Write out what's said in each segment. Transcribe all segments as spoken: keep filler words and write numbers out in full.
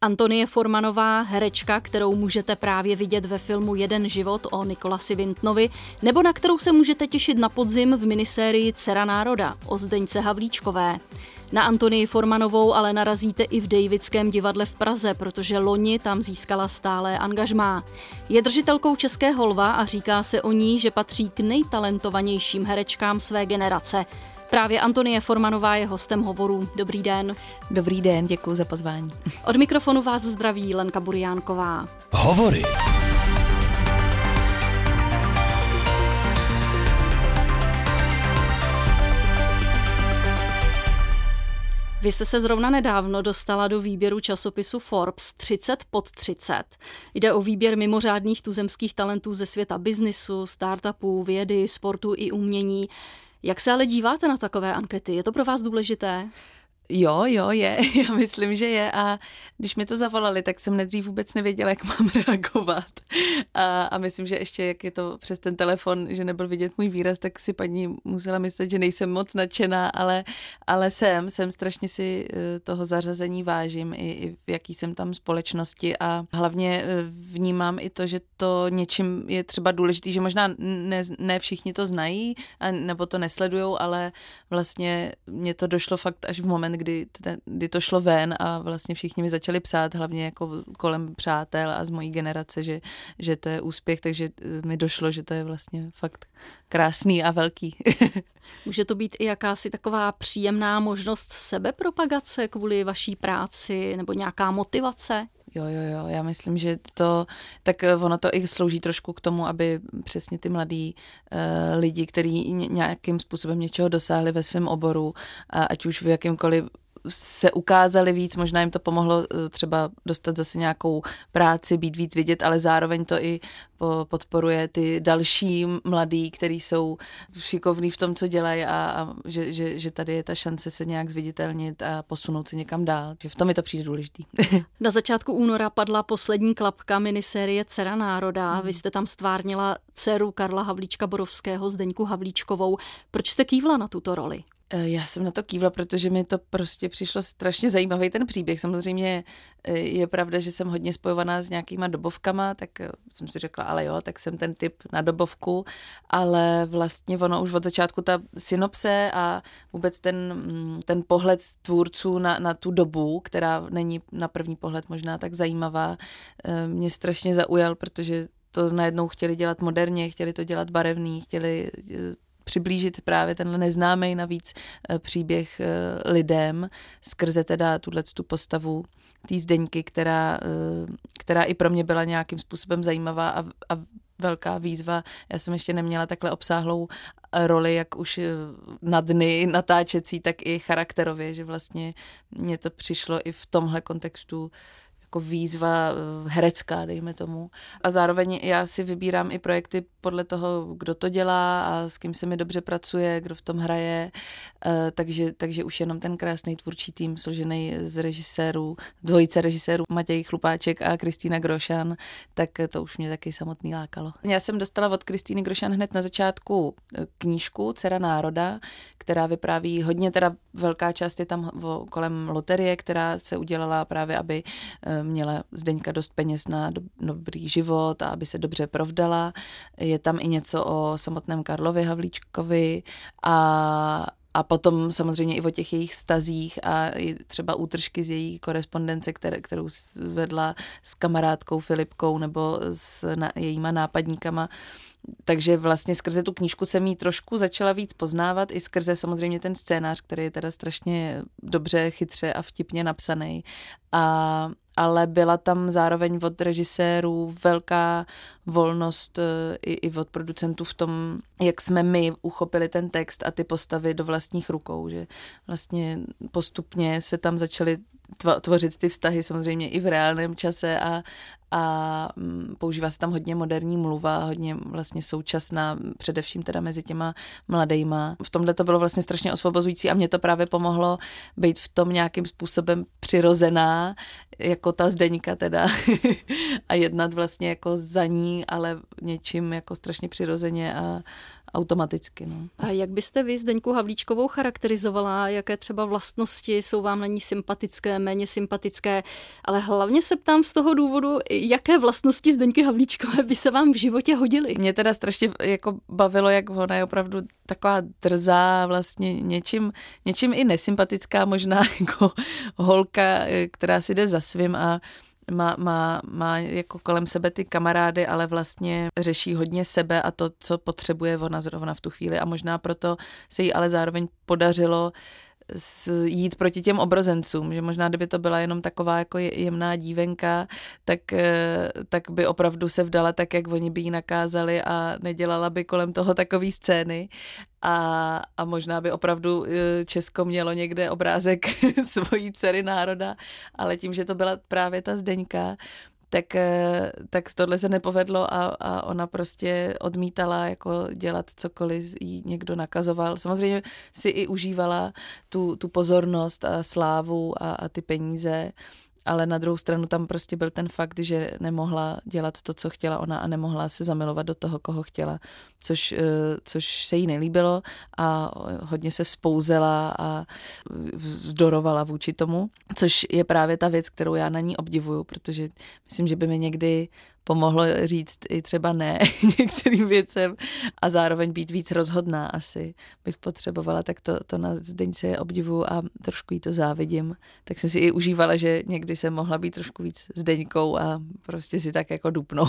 Antonie Formanová, herečka, kterou můžete právě vidět ve filmu Jeden život o Nikolasi Wintnovi, nebo na kterou se můžete těšit na podzim v minisérii Dcera národa o Zdeňce Havlíčkové. Na Antonii Formanovou ale narazíte i v Davidském divadle v Praze, protože loni tam získala stálé angažmá. Je držitelkou Českého lva a říká se o ní, že patří k nejtalentovanějším herečkám své generace. Právě Antonie Formanová je hostem hovoru. Dobrý den. Dobrý den, děkuji za pozvání. Od mikrofonu vás zdraví Lenka Buriánková. Hovory. Vy jste se zrovna nedávno dostala do výběru časopisu Forbes třicet pod třicet. Jde o výběr mimořádných tuzemských talentů ze světa biznisu, startupů, vědy, sportu i umění. Jak se ale díváte na takové ankety? Je to pro vás důležité? Jo, jo, je. Já myslím, že je. A když mi to zavolali, tak jsem nejdřív vůbec nevěděla, jak mám reagovat. A, a myslím, že ještě, jak je to přes ten telefon, že nebyl vidět můj výraz, tak si paní musela myslet, že nejsem moc nadšená, ale, ale jsem, jsem strašně si toho zařazení vážím, i, i v jaký jsem tam společnosti a hlavně vnímám i to, že to něčím je třeba důležitý, že možná ne, ne všichni to znají, a, nebo to nesledujou, ale vlastně mně to došlo fakt až v moment, Kdy, kdy to šlo ven a vlastně všichni mi začali psát, hlavně jako kolem přátel a z mojí generace, že, že to je úspěch, takže mi došlo, že to je vlastně fakt krásný a velký. Může to být i jakási taková příjemná možnost sebepropagace kvůli vaší práci nebo nějaká motivace? Jo, jo, jo, já myslím, že to, tak ono to i slouží trošku k tomu, aby přesně ty mladí uh, lidi, kteří nějakým způsobem něčeho dosáhli ve svém oboru, a ať už v jakýmkoliv se ukázali víc, možná jim to pomohlo třeba dostat zase nějakou práci, být víc vidět, ale zároveň to i podporuje ty další mladí, kteří jsou šikovní v tom, co dělají a, a že, že, že tady je ta šance se nějak zviditelnit a posunout se někam dál. Že v tom mi to přijde důležitý. Na začátku února padla poslední klapka minisérie Dcera národa. Vy jste tam stvárnila dceru Karla Havlíčka Borovského, Zdeňku Havlíčkovou. Proč jste kývla na tuto roli? Já jsem na to kývla, protože mi to prostě přišlo strašně zajímavý ten příběh. Samozřejmě je pravda, že jsem hodně spojovaná s nějakýma dobovkama, tak jsem si řekla, ale jo, tak jsem ten typ na dobovku, ale vlastně ono už od začátku ta synopse a vůbec ten, ten pohled tvůrců na, na tu dobu, která není na první pohled možná tak zajímavá, mě strašně zaujal, protože to najednou chtěli dělat moderně, chtěli to dělat barevný, chtěli přiblížit právě ten neznámý navíc příběh lidem skrze teda tuhletu postavu té Zdeňky, která, která i pro mě byla nějakým způsobem zajímavá a, a velká výzva. Já jsem ještě neměla takhle obsáhlou roli, jak už na dny natáčecí, tak i charakterově, že vlastně mně to přišlo i v tomhle kontextu jako výzva herecká, dejme tomu. A zároveň já si vybírám i projekty podle toho, kdo to dělá a s kým se mi dobře pracuje, kdo v tom hraje. Takže, takže už jenom ten krásný tvůrčí tým, složený z režisérů, dvojice režisérů Matěj Chlupáček a Kristýna Grošan, tak to už mě taky samotný lákalo. Já jsem dostala od Kristýny Grošan hned na začátku knížku Dcera národa, která vypráví hodně, teda velká část je tam kolem loterie, která se udělala právě, aby měla Zdeňka dost peněz na dobrý život a aby se dobře provdala. Je tam i něco o samotném Karlovi Havlíčkovi a A potom samozřejmě i o těch jejich vztazích a i třeba útržky z její korespondence, které, kterou vedla s kamarádkou Filipkou nebo s na, jejíma nápadníkama. Takže vlastně skrze tu knížku jsem jí trošku začala víc poznávat, i skrze samozřejmě ten scénář, který je teda strašně dobře, chytře a vtipně napsaný. A, ale byla tam zároveň od režisérů velká volnost i, i od producentů v tom, jak jsme my uchopili ten text a ty postavy do vlastních rukou, že vlastně postupně se tam začaly tvořit ty vztahy samozřejmě i v reálném čase a, a používá se tam hodně moderní mluva, hodně vlastně současná, především teda mezi těma mladejma. V tomhle to bylo vlastně strašně osvobozující a mě to právě pomohlo být v tom nějakým způsobem přirozená, jako ta Zdeňka teda a jednat vlastně jako za ní, ale něčím jako strašně přirozeně a, automaticky. No. A jak byste vy Zdeňku Havlíčkovou charakterizovala? Jaké třeba vlastnosti jsou vám na ní sympatické, méně sympatické? Ale hlavně se ptám z toho důvodu, jaké vlastnosti Zdeňky Havlíčkové by se vám v životě hodily? Mě teda strašně jako bavilo, jak ona je opravdu taková drzá, vlastně něčím, něčím i nesympatická možná jako holka, která si jde za svým a Má, má, má jako kolem sebe ty kamarády, ale vlastně řeší hodně sebe a to, co potřebuje ona zrovna v tu chvíli a možná proto se jí ale zároveň podařilo jít proti těm obrozencům, že možná kdyby to byla jenom taková jako jemná dívenka, tak, tak by opravdu se vdala tak, jak oni by jí nakázali a nedělala by kolem toho takový scény a, a možná by opravdu Česko mělo někde obrázek svojí dcery národa, ale tím, že to byla právě ta Zdeňka, tak, tak tohle se nepovedlo a, a ona prostě odmítala jako dělat cokoliv jí někdo nakazoval. Samozřejmě si i užívala tu, tu pozornost a slávu a, a ty peníze, ale na druhou stranu tam prostě byl ten fakt, že nemohla dělat to, co chtěla ona a nemohla se zamilovat do toho, koho chtěla, což, což se jí nelíbilo a hodně se vzpouzela a vzdorovala vůči tomu, což je právě ta věc, kterou já na ní obdivuju, protože myslím, že by mi někdy pomohlo říct i třeba ne některým věcem a zároveň být víc rozhodná asi bych potřebovala, tak to, to na Zdeňce obdivuju a trošku jí to závidím. Tak jsem si i užívala, že někdy jsem mohla být trošku víc Zdeňkou a prostě si tak jako dupnout.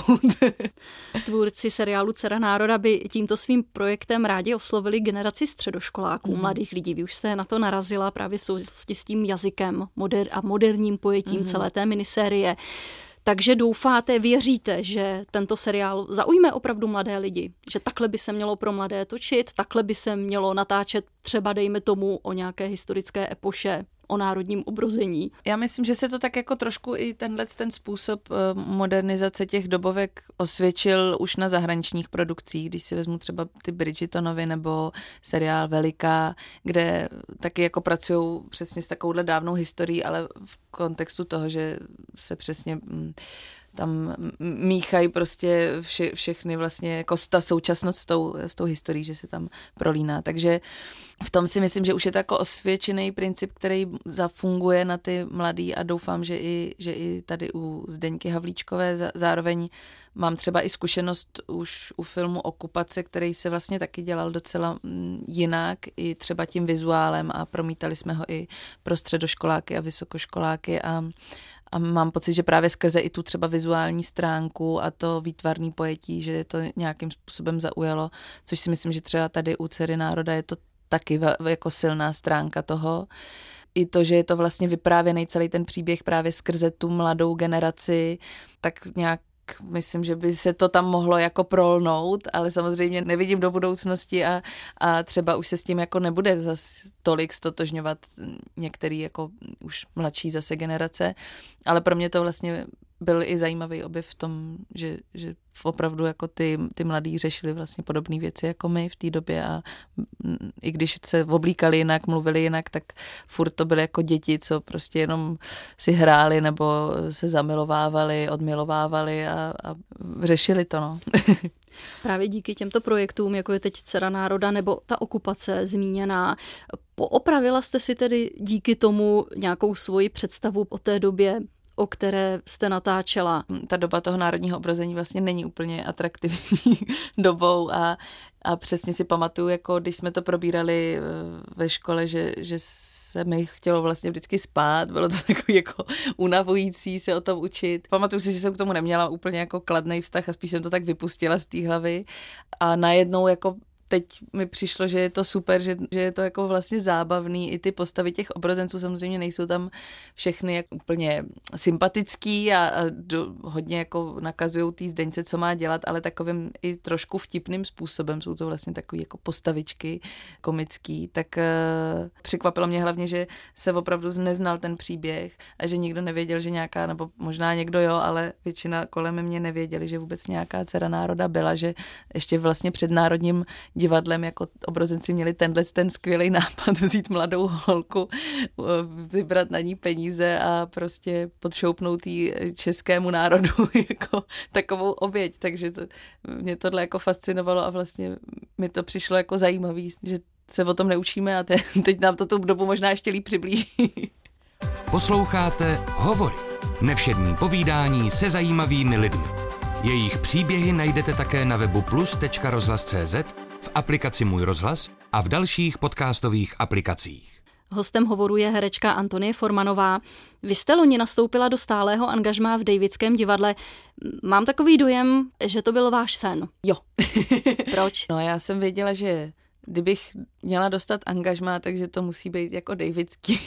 Tvůrci seriálu Dcera národa by tímto svým projektem rádi oslovili generaci středoškoláků, mm. mladých lidí. Vy už jste na to narazila právě v souvislosti s tím jazykem moder- a moderním pojetím mm. celé té minisérie. Takže doufáte, věříte, že tento seriál zaujme opravdu mladé lidi? Že takhle by se mělo pro mladé točit, takhle by se mělo natáčet třeba, dejme tomu, o nějaké historické epoše, o národním obrození? Já myslím, že se to tak jako trošku i tenhle ten způsob modernizace těch dobovek osvědčil už na zahraničních produkcích, když si vezmu třeba ty Bridgertonovy nebo seriál Veliká, kde taky jako pracují přesně s takovouhle dávnou historií, ale v kontextu toho, že se přesně tam míchají prostě vše, všechny vlastně jako ta současnost s tou, s tou historií, že se tam prolíná. Takže v tom si myslím, že už je to jako osvědčený princip, který zafunguje na ty mladý a doufám, že i, že i tady u Zdeňky Havlíčkové zároveň mám třeba i zkušenost už u filmu Okupace, který se vlastně taky dělal docela jinak, i třeba tím vizuálem a promítali jsme ho i pro středoškoláky a vysokoškoláky a A mám pocit, že právě skrze i tu třeba vizuální stránku a to výtvarné pojetí, že je to nějakým způsobem zaujalo, což si myslím, že třeba tady u Dcery národa je to taky jako silná stránka toho. I to, že je to vlastně vyprávěný celý ten příběh právě skrze tu mladou generaci, tak nějak myslím, že by se to tam mohlo jako prolnout, ale samozřejmě nevidím do budoucnosti a, a třeba už se s tím jako nebude zas tolik stotožňovat některý jako už mladší zase generace, ale pro mě to vlastně byl i zajímavý objev v tom, že, že opravdu jako ty, ty mladí řešili vlastně podobné věci jako my v té době a i když se oblíkali jinak, mluvili jinak, tak furt to byly jako děti, co prostě jenom si hráli nebo se zamilovávali, odmilovávali a, a řešili to, no. Právě díky těmto projektům, jako je teď Dcera národa nebo ta Okupace zmíněná, poopravila jste si tedy díky tomu nějakou svoji představu o té době, o které jste natáčela? Ta doba toho národního obrození vlastně není úplně atraktivní dobou a, a přesně si pamatuju, jako když jsme to probírali ve škole, že, že se mi chtělo vlastně vždycky spát, bylo to takový jako unavující se o tom učit. Pamatuju si, že jsem k tomu neměla úplně jako kladný vztah a spíš jsem to tak vypustila z té hlavy a najednou jako teď mi přišlo, že je to super, že, že je to jako vlastně zábavný. I ty postavy těch obrozenců samozřejmě nejsou tam všechny jako úplně sympatický a, a do, hodně jako nakazujou té Zdeňce, co má dělat, ale takovým i trošku vtipným způsobem. Jsou to vlastně takové jako postavičky komický. Tak uh, překvapilo mě hlavně, že se opravdu neznal ten příběh a že nikdo nevěděl, že nějaká, nebo možná někdo jo, ale většina kolem mě nevěděli, že vůbec nějaká Dcera národa byla, že ještě vlastně před národním divadlem, jako obrozenci měli tenhle ten skvělý nápad vzít mladou holku, vybrat na ní peníze a prostě podšoupnout jí českému národu jako takovou oběť. Takže to, mě tohle jako fascinovalo a vlastně mi to přišlo jako zajímavý, že se o tom neučíme a te, teď nám to tu dobu možná ještě líp přiblíží. Posloucháte Hovory. Nevšední povídání se zajímavými lidmi. Jejich příběhy najdete také na webu plus tečka rozhlas tečka cé zet, v aplikaci Můj rozhlas a v dalších podcastových aplikacích. Hostem Hovoru je herečka Antonie Formanová. Vy jste loni nastoupila do stálého angažmá v Davidském divadle. Mám takový dojem, že to byl váš sen. Jo. Proč? No já jsem věděla, že kdybych měla dostat angažmá, takže to musí být jako Davidský.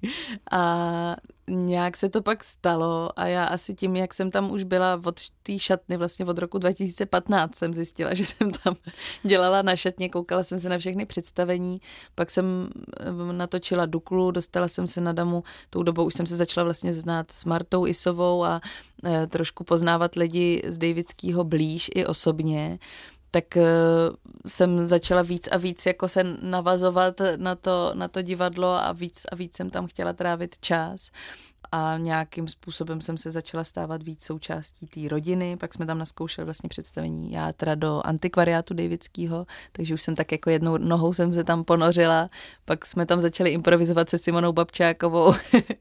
A nějak se to pak stalo a já asi tím, jak jsem tam už byla od té šatny, vlastně od roku dva tisíce patnáct jsem zjistila, že jsem tam dělala na šatně, koukala jsem se na všechny představení, pak jsem natočila Duklu, dostala jsem se na Damu, tou dobou už jsem se začala vlastně znát s Martou Isovou a e, trošku poznávat lidi z Davidského blíž i osobně. Tak uh, jsem začala víc a víc jako se navazovat na to, na to divadlo a víc a víc jsem tam chtěla trávit čas a nějakým způsobem jsem se začala stávat víc součástí té rodiny, pak jsme tam naskoušeli vlastně představení játra do antikvariátu Davidského, takže už jsem tak jako jednou nohou jsem se tam ponořila, pak jsme tam začali improvizovat se Simonou Babčákovou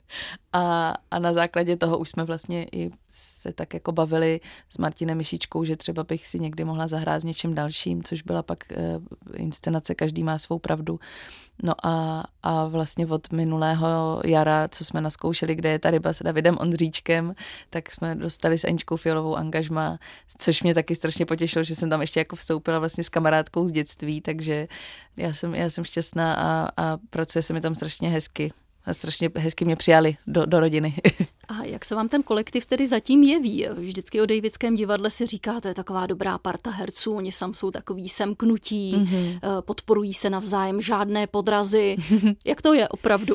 a, a na základě toho už jsme vlastně i se tak jako bavili s Martinem Myšičkou, že třeba bych si někdy mohla zahrát v něčem dalším, což byla pak uh, inscenace Každý má svou pravdu. No a, a vlastně od minulého jara, co jsme naskoušeli, Kde je ta ryba s Davidem Ondříčkem, tak jsme dostali s Aničkou Fialovou angažmá, což mě taky strašně potěšilo, že jsem tam ještě jako vstoupila vlastně s kamarádkou z dětství, takže já jsem, já jsem šťastná a, a pracuje se mi tam strašně hezky. A strašně hezky mě přijali do, do rodiny. A jak se vám ten kolektiv tedy zatím jeví? Vždycky o Davidském divadle si říká, to je taková dobrá parta herců, oni sam jsou takový semknutí, mm-hmm. podporují se navzájem, žádné podrazy. Jak to je opravdu?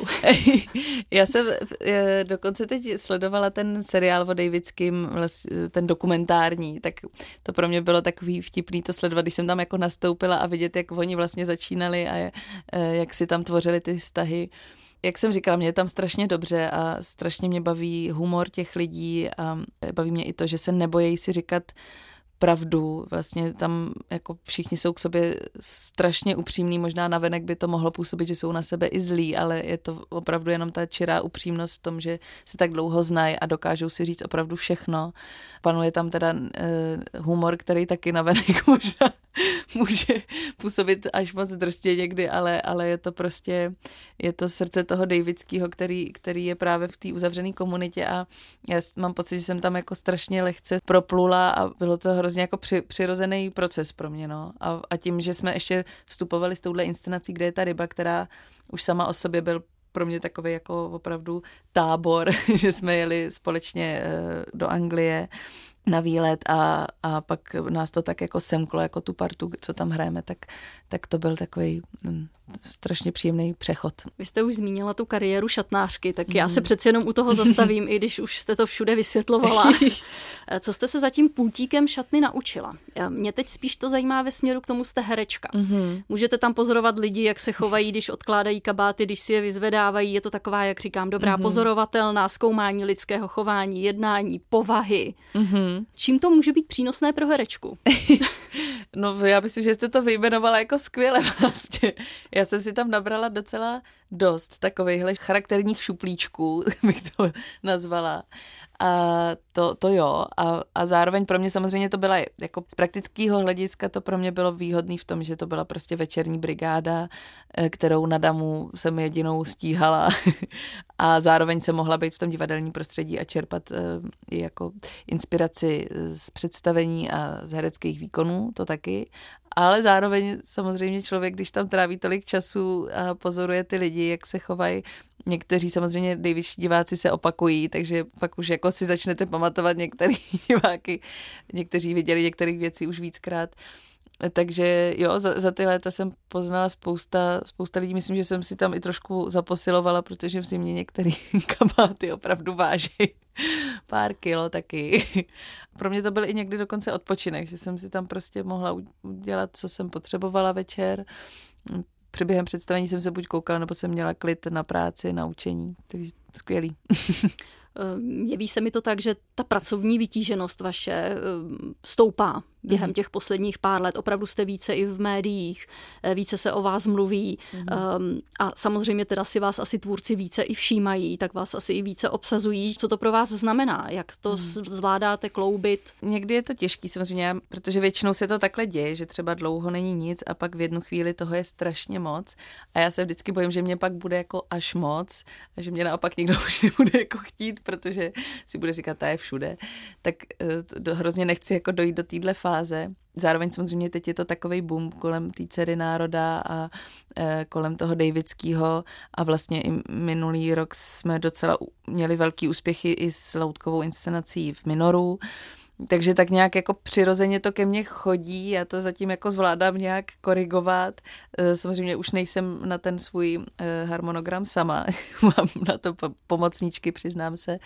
Já jsem dokonce teď sledovala ten seriál o Davidském, ten dokumentární, tak to pro mě bylo takový vtipný to sledovat, když jsem tam jako nastoupila a vidět, jak oni vlastně začínali a jak si tam tvořili ty vztahy. Jak jsem říkala, mě je tam strašně dobře a strašně mě baví humor těch lidí a baví mě i to, že se nebojí si říkat pravdu. Vlastně tam jako všichni jsou k sobě strašně upřímní, možná navenek by to mohlo působit, že jsou na sebe i zlí, ale je to opravdu jenom ta čirá upřímnost v tom, že se tak dlouho znají a dokážou si říct opravdu všechno. Panuje tam teda uh, humor, který taky navenek možná může působit až moc drsně někdy, ale, ale je to prostě, je to srdce toho Davidského, který, který je právě v té uzavřené komunitě a já mám pocit, že jsem tam jako strašně lehce proplula a bylo to hrozně jako při, přirozený proces pro mě, no. A, a tím, že jsme ještě vstupovali s touhle inscenací, Kde je ta ryba, která už sama o sobě byl pro mě takový jako opravdu tábor, že jsme jeli společně do Anglie na výlet a, a pak nás to tak jako semklo, jako tu partu, co tam hrajeme, tak, tak to byl takový hm, strašně příjemný přechod. Vy jste už zmínila tu kariéru šatnářky, tak mm. já se přeci jenom u toho zastavím, i když už jste to všude vysvětlovala. Co jste se za tím pultíkem šatny naučila? Mě teď spíš to zajímá ve směru k tomu, jste herečka. Mm-hmm. Můžete tam pozorovat lidi, jak se chovají, když odkládají kabáty, když si je vyzvedávají. Je to taková, jak říkám, dobrá mm-hmm. pozorovatelná zkoumání lidského chování, jednání, povahy. Mm-hmm. Čím to může být přínosné pro herečku? No já myslím, že jste to vyjmenovala jako skvěle vlastně. Já jsem si tam nabrala docela dost takovejhle charakterních šuplíčků, bych to nazvala. A to, to jo. A, a zároveň pro mě samozřejmě to byla, jako z praktického hlediska to pro mě bylo výhodný v tom, že to byla prostě večerní brigáda, kterou na Damu jsem jedinou stíhala a zároveň jsem mohla být v tom divadelním prostředí a čerpat i jako inspiraci z představení a z hereckých výkonů, to taky. Ale zároveň samozřejmě člověk, když tam tráví tolik času a pozoruje ty lidi, jak se chovají, někteří samozřejmě nejvyšší diváci se opakují, takže pak už jako si začnete pamatovat některý diváky, někteří viděli některých věcí už víckrát. Takže jo, za, za ty léta jsem poznala spousta, spousta lidí. Myslím, že jsem si tam i trošku zaposilovala, protože si mě některé kabáty opravdu váží. pár kilo taky. Pro mě to byl i někdy dokonce odpočinek, že jsem si tam prostě mohla udělat, co jsem potřebovala večer. Přeběhem představení jsem se buď koukala, nebo jsem měla klid na práci, na učení. Takže skvělý. Jeví se mi to tak, že ta pracovní vytíženost vaše stoupá během těch posledních pár let. Opravdu jste více i v médiích, více se o vás mluví mm. a samozřejmě teda si vás asi tvůrci více i všímají, tak vás asi i více obsazují. Co to pro vás znamená? Jak to mm. zvládáte kloubit? Někdy je to těžký samozřejmě, protože většinou se to takhle děje, že třeba dlouho není nic a pak v jednu chvíli toho je strašně moc a já se vždycky bojím, že mě pak bude jako až moc a že mě naopak nikdo už nebude jako chtít, protože si bude říkat, ta je všude. Tak to hrozně nechci jako dojít do téhle fáze. Zároveň samozřejmě teď je to takovej boom kolem té Dcery národa a e, kolem toho Davidského a vlastně i minulý rok jsme docela měli velký úspěchy i s loutkovou inscenací v Minoru. Takže tak nějak jako přirozeně to ke mně chodí, já to zatím jako zvládám nějak korigovat. Samozřejmě už nejsem na ten svůj harmonogram sama, mám na to pomocníčky, přiznám se,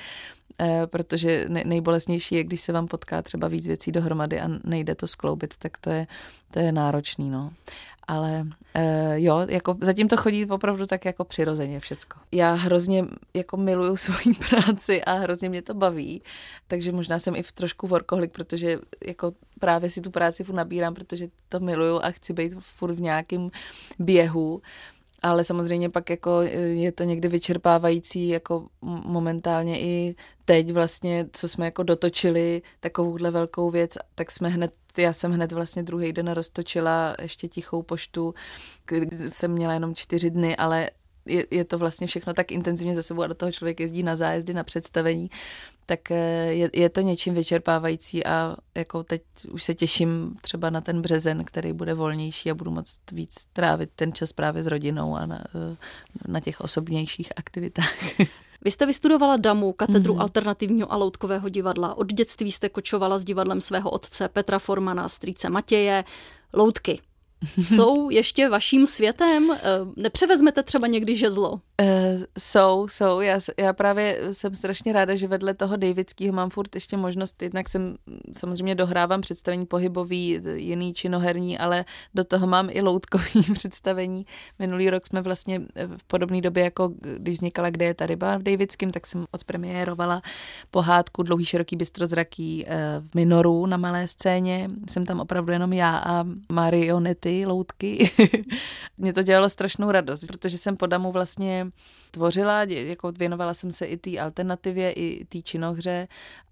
protože nejbolestnější je, když se vám potká třeba víc věcí dohromady a nejde to skloubit, tak to je, to je náročný, no. Ale uh, jo, jako zatím to chodí opravdu tak jako přirozeně všecko. Já hrozně jako miluju svoji práci a hrozně mě to baví, takže možná jsem i v trošku workoholik, protože jako právě si tu práci furt nabírám, protože to miluju a chci být furt v nějakém běhu. Ale samozřejmě pak jako je to někdy vyčerpávající, jako momentálně i teď vlastně, co jsme jako dotočili takovouhle velkou věc, tak jsme hned, já jsem hned vlastně druhý den roztočila ještě Tichou poštu, kdy jsem měla jenom čtyři dny, ale je, je to vlastně všechno tak intenzivně za sebou a do toho člověk jezdí na zájezdy, na představení, tak je, je to něčím vyčerpávající a jako teď už se těším třeba na ten březen, který bude volnější a budu moct víc trávit ten čas právě s rodinou a na, na těch osobnějších aktivitách. Vy jste vystudovala DAMu, katedru mm. alternativního a loutkového divadla. Od dětství jste kočovala s divadlem svého otce Petra Formana, strýce Matěje. Loutky jsou ještě vaším světem? Nepřevezmete třeba někdy žezlo? Uh, jsou, jsou. Já, já právě jsem strašně ráda, že vedle toho Davidského mám furt ještě možnost, jednak jsem samozřejmě dohrávám představení pohybový, jiný činoherní, ale do toho mám i loutkový představení. Minulý rok jsme vlastně v podobné době, jako když vznikala Kde je ta ryba v Davidském, tak jsem odpremiérovala pohádku Dlouhý široký bystrozraký v Minoru na malé scéně. Jsem tam opravdu jenom já a marionety, loutky. Mě to dělalo strašnou radost, protože jsem po DAMu vlastně tvořila, jako věnovala jsem se i té alternativě, i té činohře,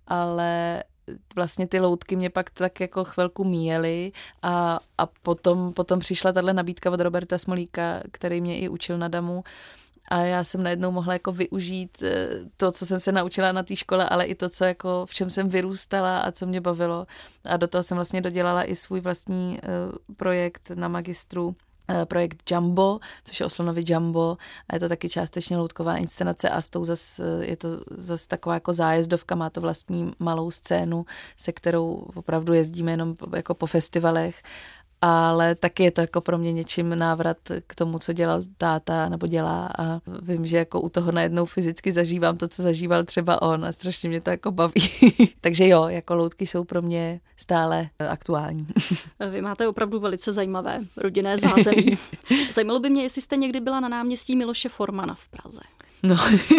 ale vlastně ty loutky mě pak tak jako chvilku míjely a, a potom, potom přišla tahle nabídka od Roberta Smolíka, který mě i učil na DAMu. A já jsem najednou mohla jako využít to, co jsem se naučila na té škole, ale i to, co jako v čem jsem vyrůstala a co mě bavilo. A do toho jsem vlastně dodělala i svůj vlastní uh, projekt na magistru, uh, projekt Jumbo, což je Oslonovi Jumbo. A je to taky částečně loutková inscenace a s tou zas, je to zase taková jako zájezdovka, má to vlastní malou scénu, se kterou opravdu jezdíme jenom jako po festivalech. Ale taky je to jako pro mě něčím návrat k tomu, co dělal táta nebo dělá a vím, že jako u toho najednou fyzicky zažívám to, co zažíval třeba on a strašně mě to jako baví. Takže jo, jako loutky jsou pro mě stále aktuální. Vy máte opravdu velice zajímavé rodinné zázemí. Zajímalo by mě, jestli jste někdy byla na náměstí Miloše Formana v Praze. No.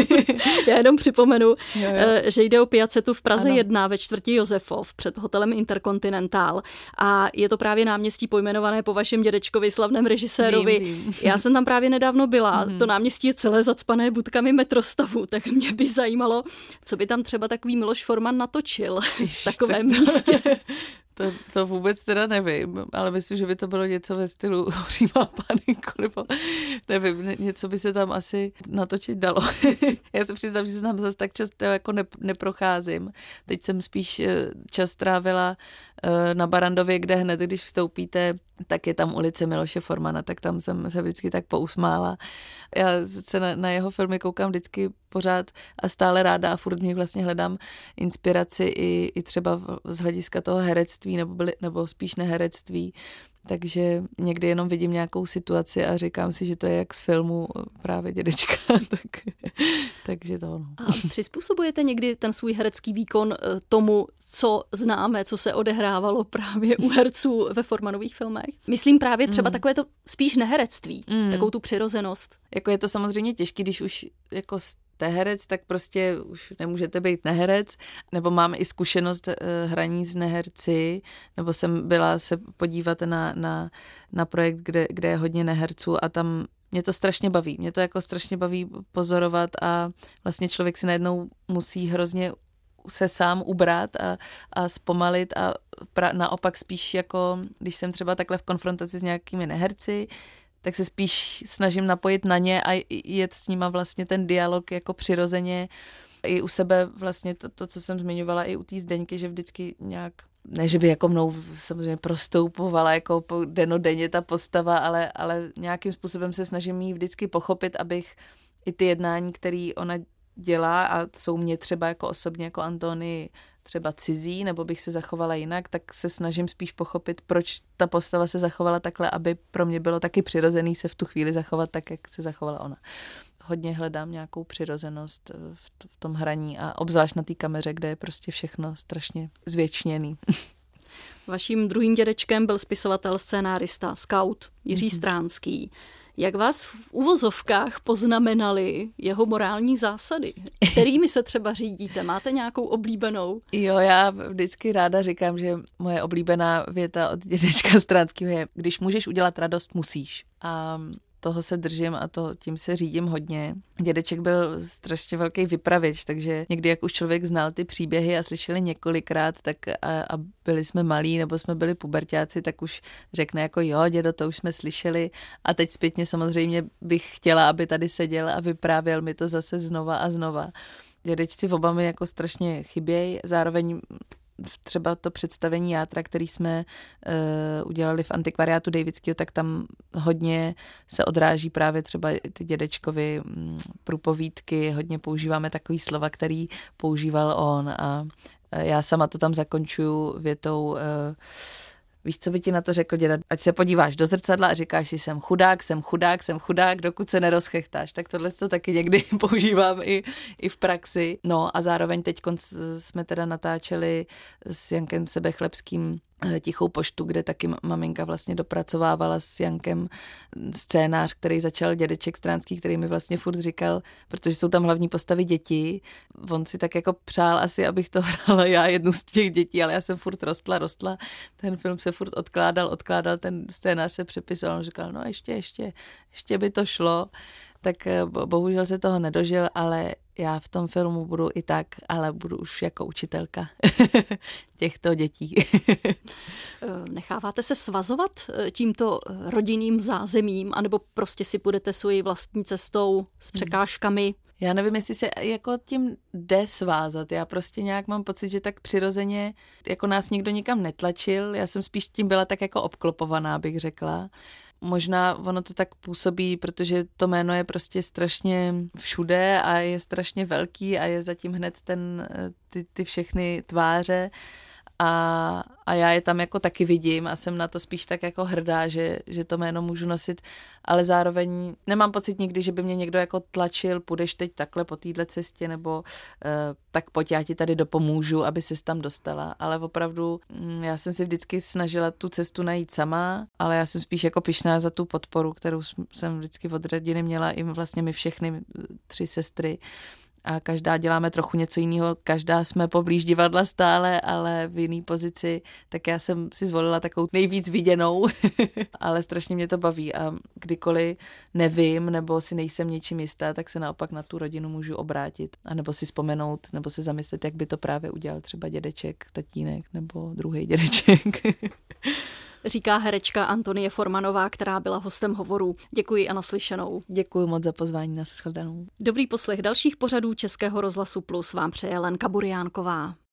Já jenom připomenu, jo, jo. že jde o Piacetu v Praze ano. jedna ve čtvrtí Josefov před hotelem Intercontinental a je to právě náměstí pojmenované po vašem dědečkovi, slavném režisérovi. Vím, vím. Já jsem tam právě nedávno byla, mm. to náměstí je celé zacpané budkami metrostavu, tak mě by zajímalo, co by tam třeba takový Miloš Forman natočil v takovém místě. To, to vůbec teda nevím, ale myslím, že by to bylo něco ve stylu Přímá panenko, nebo nevím, něco by se tam asi natočit dalo. Já se přiznám, že se tam zase tak často jako ne, neprocházím. Teď jsem spíš čas trávila na Barandově, kde hned, když vstoupíte, tak je tam ulice Miloše Formana, tak tam jsem se vždycky tak pousmála. Já se na, na jeho filmy koukám vždycky pořád a stále ráda a furt mě vlastně hledám inspiraci i, i třeba z hlediska toho herectví nebo, byli, nebo spíš neherectví. takže někdy jenom vidím nějakou situaci a říkám si, že to je jak z filmu právě Dědečka, tak, takže to ono. A přizpůsobujete někdy ten svůj herecký výkon tomu, co známe, co se odehrávalo právě u herců ve Formanových filmech? Myslím právě třeba mm. takové to spíš neherectví, mm. takovou tu přirozenost. Jako je to samozřejmě těžké, když už jako jste herec, tak prostě už nemůžete být neherec, nebo mám i zkušenost uh, hraní s neherci, nebo jsem byla se podívat na, na, na projekt, kde, kde je hodně neherců a tam mě to strašně baví. Mě to jako strašně baví pozorovat a vlastně člověk si najednou musí hrozně se sám ubrat a, a zpomalit a pra, naopak spíš jako, když jsem třeba takhle v konfrontaci s nějakými neherci, tak se spíš snažím napojit na ně a jet s nima vlastně ten dialog jako přirozeně. I u sebe vlastně to, to co jsem zmiňovala i u té Zdeňky, že vždycky nějak, ne, že by jako mnou samozřejmě prostoupovala jako denodenně ta postava, ale, ale nějakým způsobem se snažím jí vždycky pochopit, abych i ty jednání, které ona dělá a jsou mě třeba jako osobně jako Antonii třeba cizí, nebo bych se zachovala jinak, tak se snažím spíš pochopit, proč ta postava se zachovala takhle, aby pro mě bylo taky přirozený se v tu chvíli zachovat tak, jak se zachovala ona. Hodně hledám nějakou přirozenost v tom hraní a obzvlášť na té kameře, kde je prostě všechno strašně zvěčněný. Vaším druhým dědečkem byl spisovatel, scénárista, skaut Jiří mm-hmm. Stránský. Jak vás v uvozovkách poznamenali jeho morální zásady? Kterými se třeba řídíte? Máte nějakou oblíbenou? Jo, já vždycky ráda říkám, že moje oblíbená věta od dědečka Stránského je: když můžeš udělat radost, musíš. A toho se držím a to, tím se řídím hodně. Dědeček byl strašně velký vypravěč, takže někdy, jak už člověk znal ty příběhy a slyšeli několikrát, tak a, a byli jsme malí nebo jsme byli puberťáci, tak už řekne jako jo, dědo, to už jsme slyšeli a teď zpětně samozřejmě bych chtěla, aby tady seděl a vyprávěl mi to zase znova a znova. Dědečci v oba mi jako strašně chybějí, zároveň třeba to představení játra, který jsme uh, udělali v antikvariátu Davidského, tak tam hodně se odráží právě třeba ty dědečkovy um, průpovídky, hodně používáme takový slova, který používal on a uh, já sama to tam zakončuju větou uh, víš, co by ti na to řekl děda? Ať se podíváš do zrcadla a říkáš si, jsem chudák, jsem chudák, jsem chudák, dokud se nerozchechtáš. Tak tohle to taky někdy používám i, i v praxi. No a zároveň teď jsme teda natáčeli s Jankem Sebechlebským Tichou poštu, kde taky maminka vlastně dopracovávala s Jankem scénář, který začal dědeček Stránský, který mi vlastně furt říkal, protože jsou tam hlavní postavy děti. On si tak jako přál asi, abych to hrála já jednu z těch dětí, ale já jsem furt rostla, rostla. Ten film se furt odkládal, odkládal, ten scénář se přepisoval. On říkal, no ještě, ještě, ještě by to šlo. Tak bohužel se toho nedožil, ale já v tom filmu budu i tak, ale budu už jako učitelka těchto dětí. Necháváte se svazovat tímto rodinným zázemím, anebo prostě si půjdete svojí vlastní cestou s překážkami? Já nevím, jestli se jako tím jde svázat. Já prostě nějak mám pocit, že tak přirozeně jako nás nikdo nikam netlačil. Já jsem spíš tím byla tak jako obklopovaná, bych řekla. Možná ono to tak působí, protože to jméno je prostě strašně všude a je strašně velký a je zatím hned ten, ty, ty všechny tváře a, a já je tam jako taky vidím a jsem na to spíš tak jako hrdá, že, že to jméno můžu nosit, ale zároveň nemám pocit nikdy, že by mě někdo jako tlačil, půjdeš teď takhle po téhle cestě nebo uh, tak pojď, já ti tady dopomůžu, aby ses tam dostala, ale opravdu mm, já jsem si vždycky snažila tu cestu najít sama, ale já jsem spíš jako pyšná za tu podporu, kterou jsem vždycky od rodiny měla, i vlastně my všechny tři sestry. A každá děláme trochu něco jiného, každá jsme poblíž divadla stále, ale v jiný pozici, tak já jsem si zvolila takovou nejvíc viděnou, ale strašně mě to baví a kdykoliv nevím nebo si nejsem něčím jistá, tak se naopak na tu rodinu můžu obrátit a nebo si vzpomenout, nebo se zamyslet, jak by to právě udělal třeba dědeček, tatínek nebo druhý dědeček. Říká herečka Antonie Formanová, která byla hostem Hovorů. Děkuji a naslyšenou. Děkuji moc za pozvání, na shledanou. Dobrý poslech dalších pořadů Českého rozhlasu Plus vám přeje Lenka Buriánková.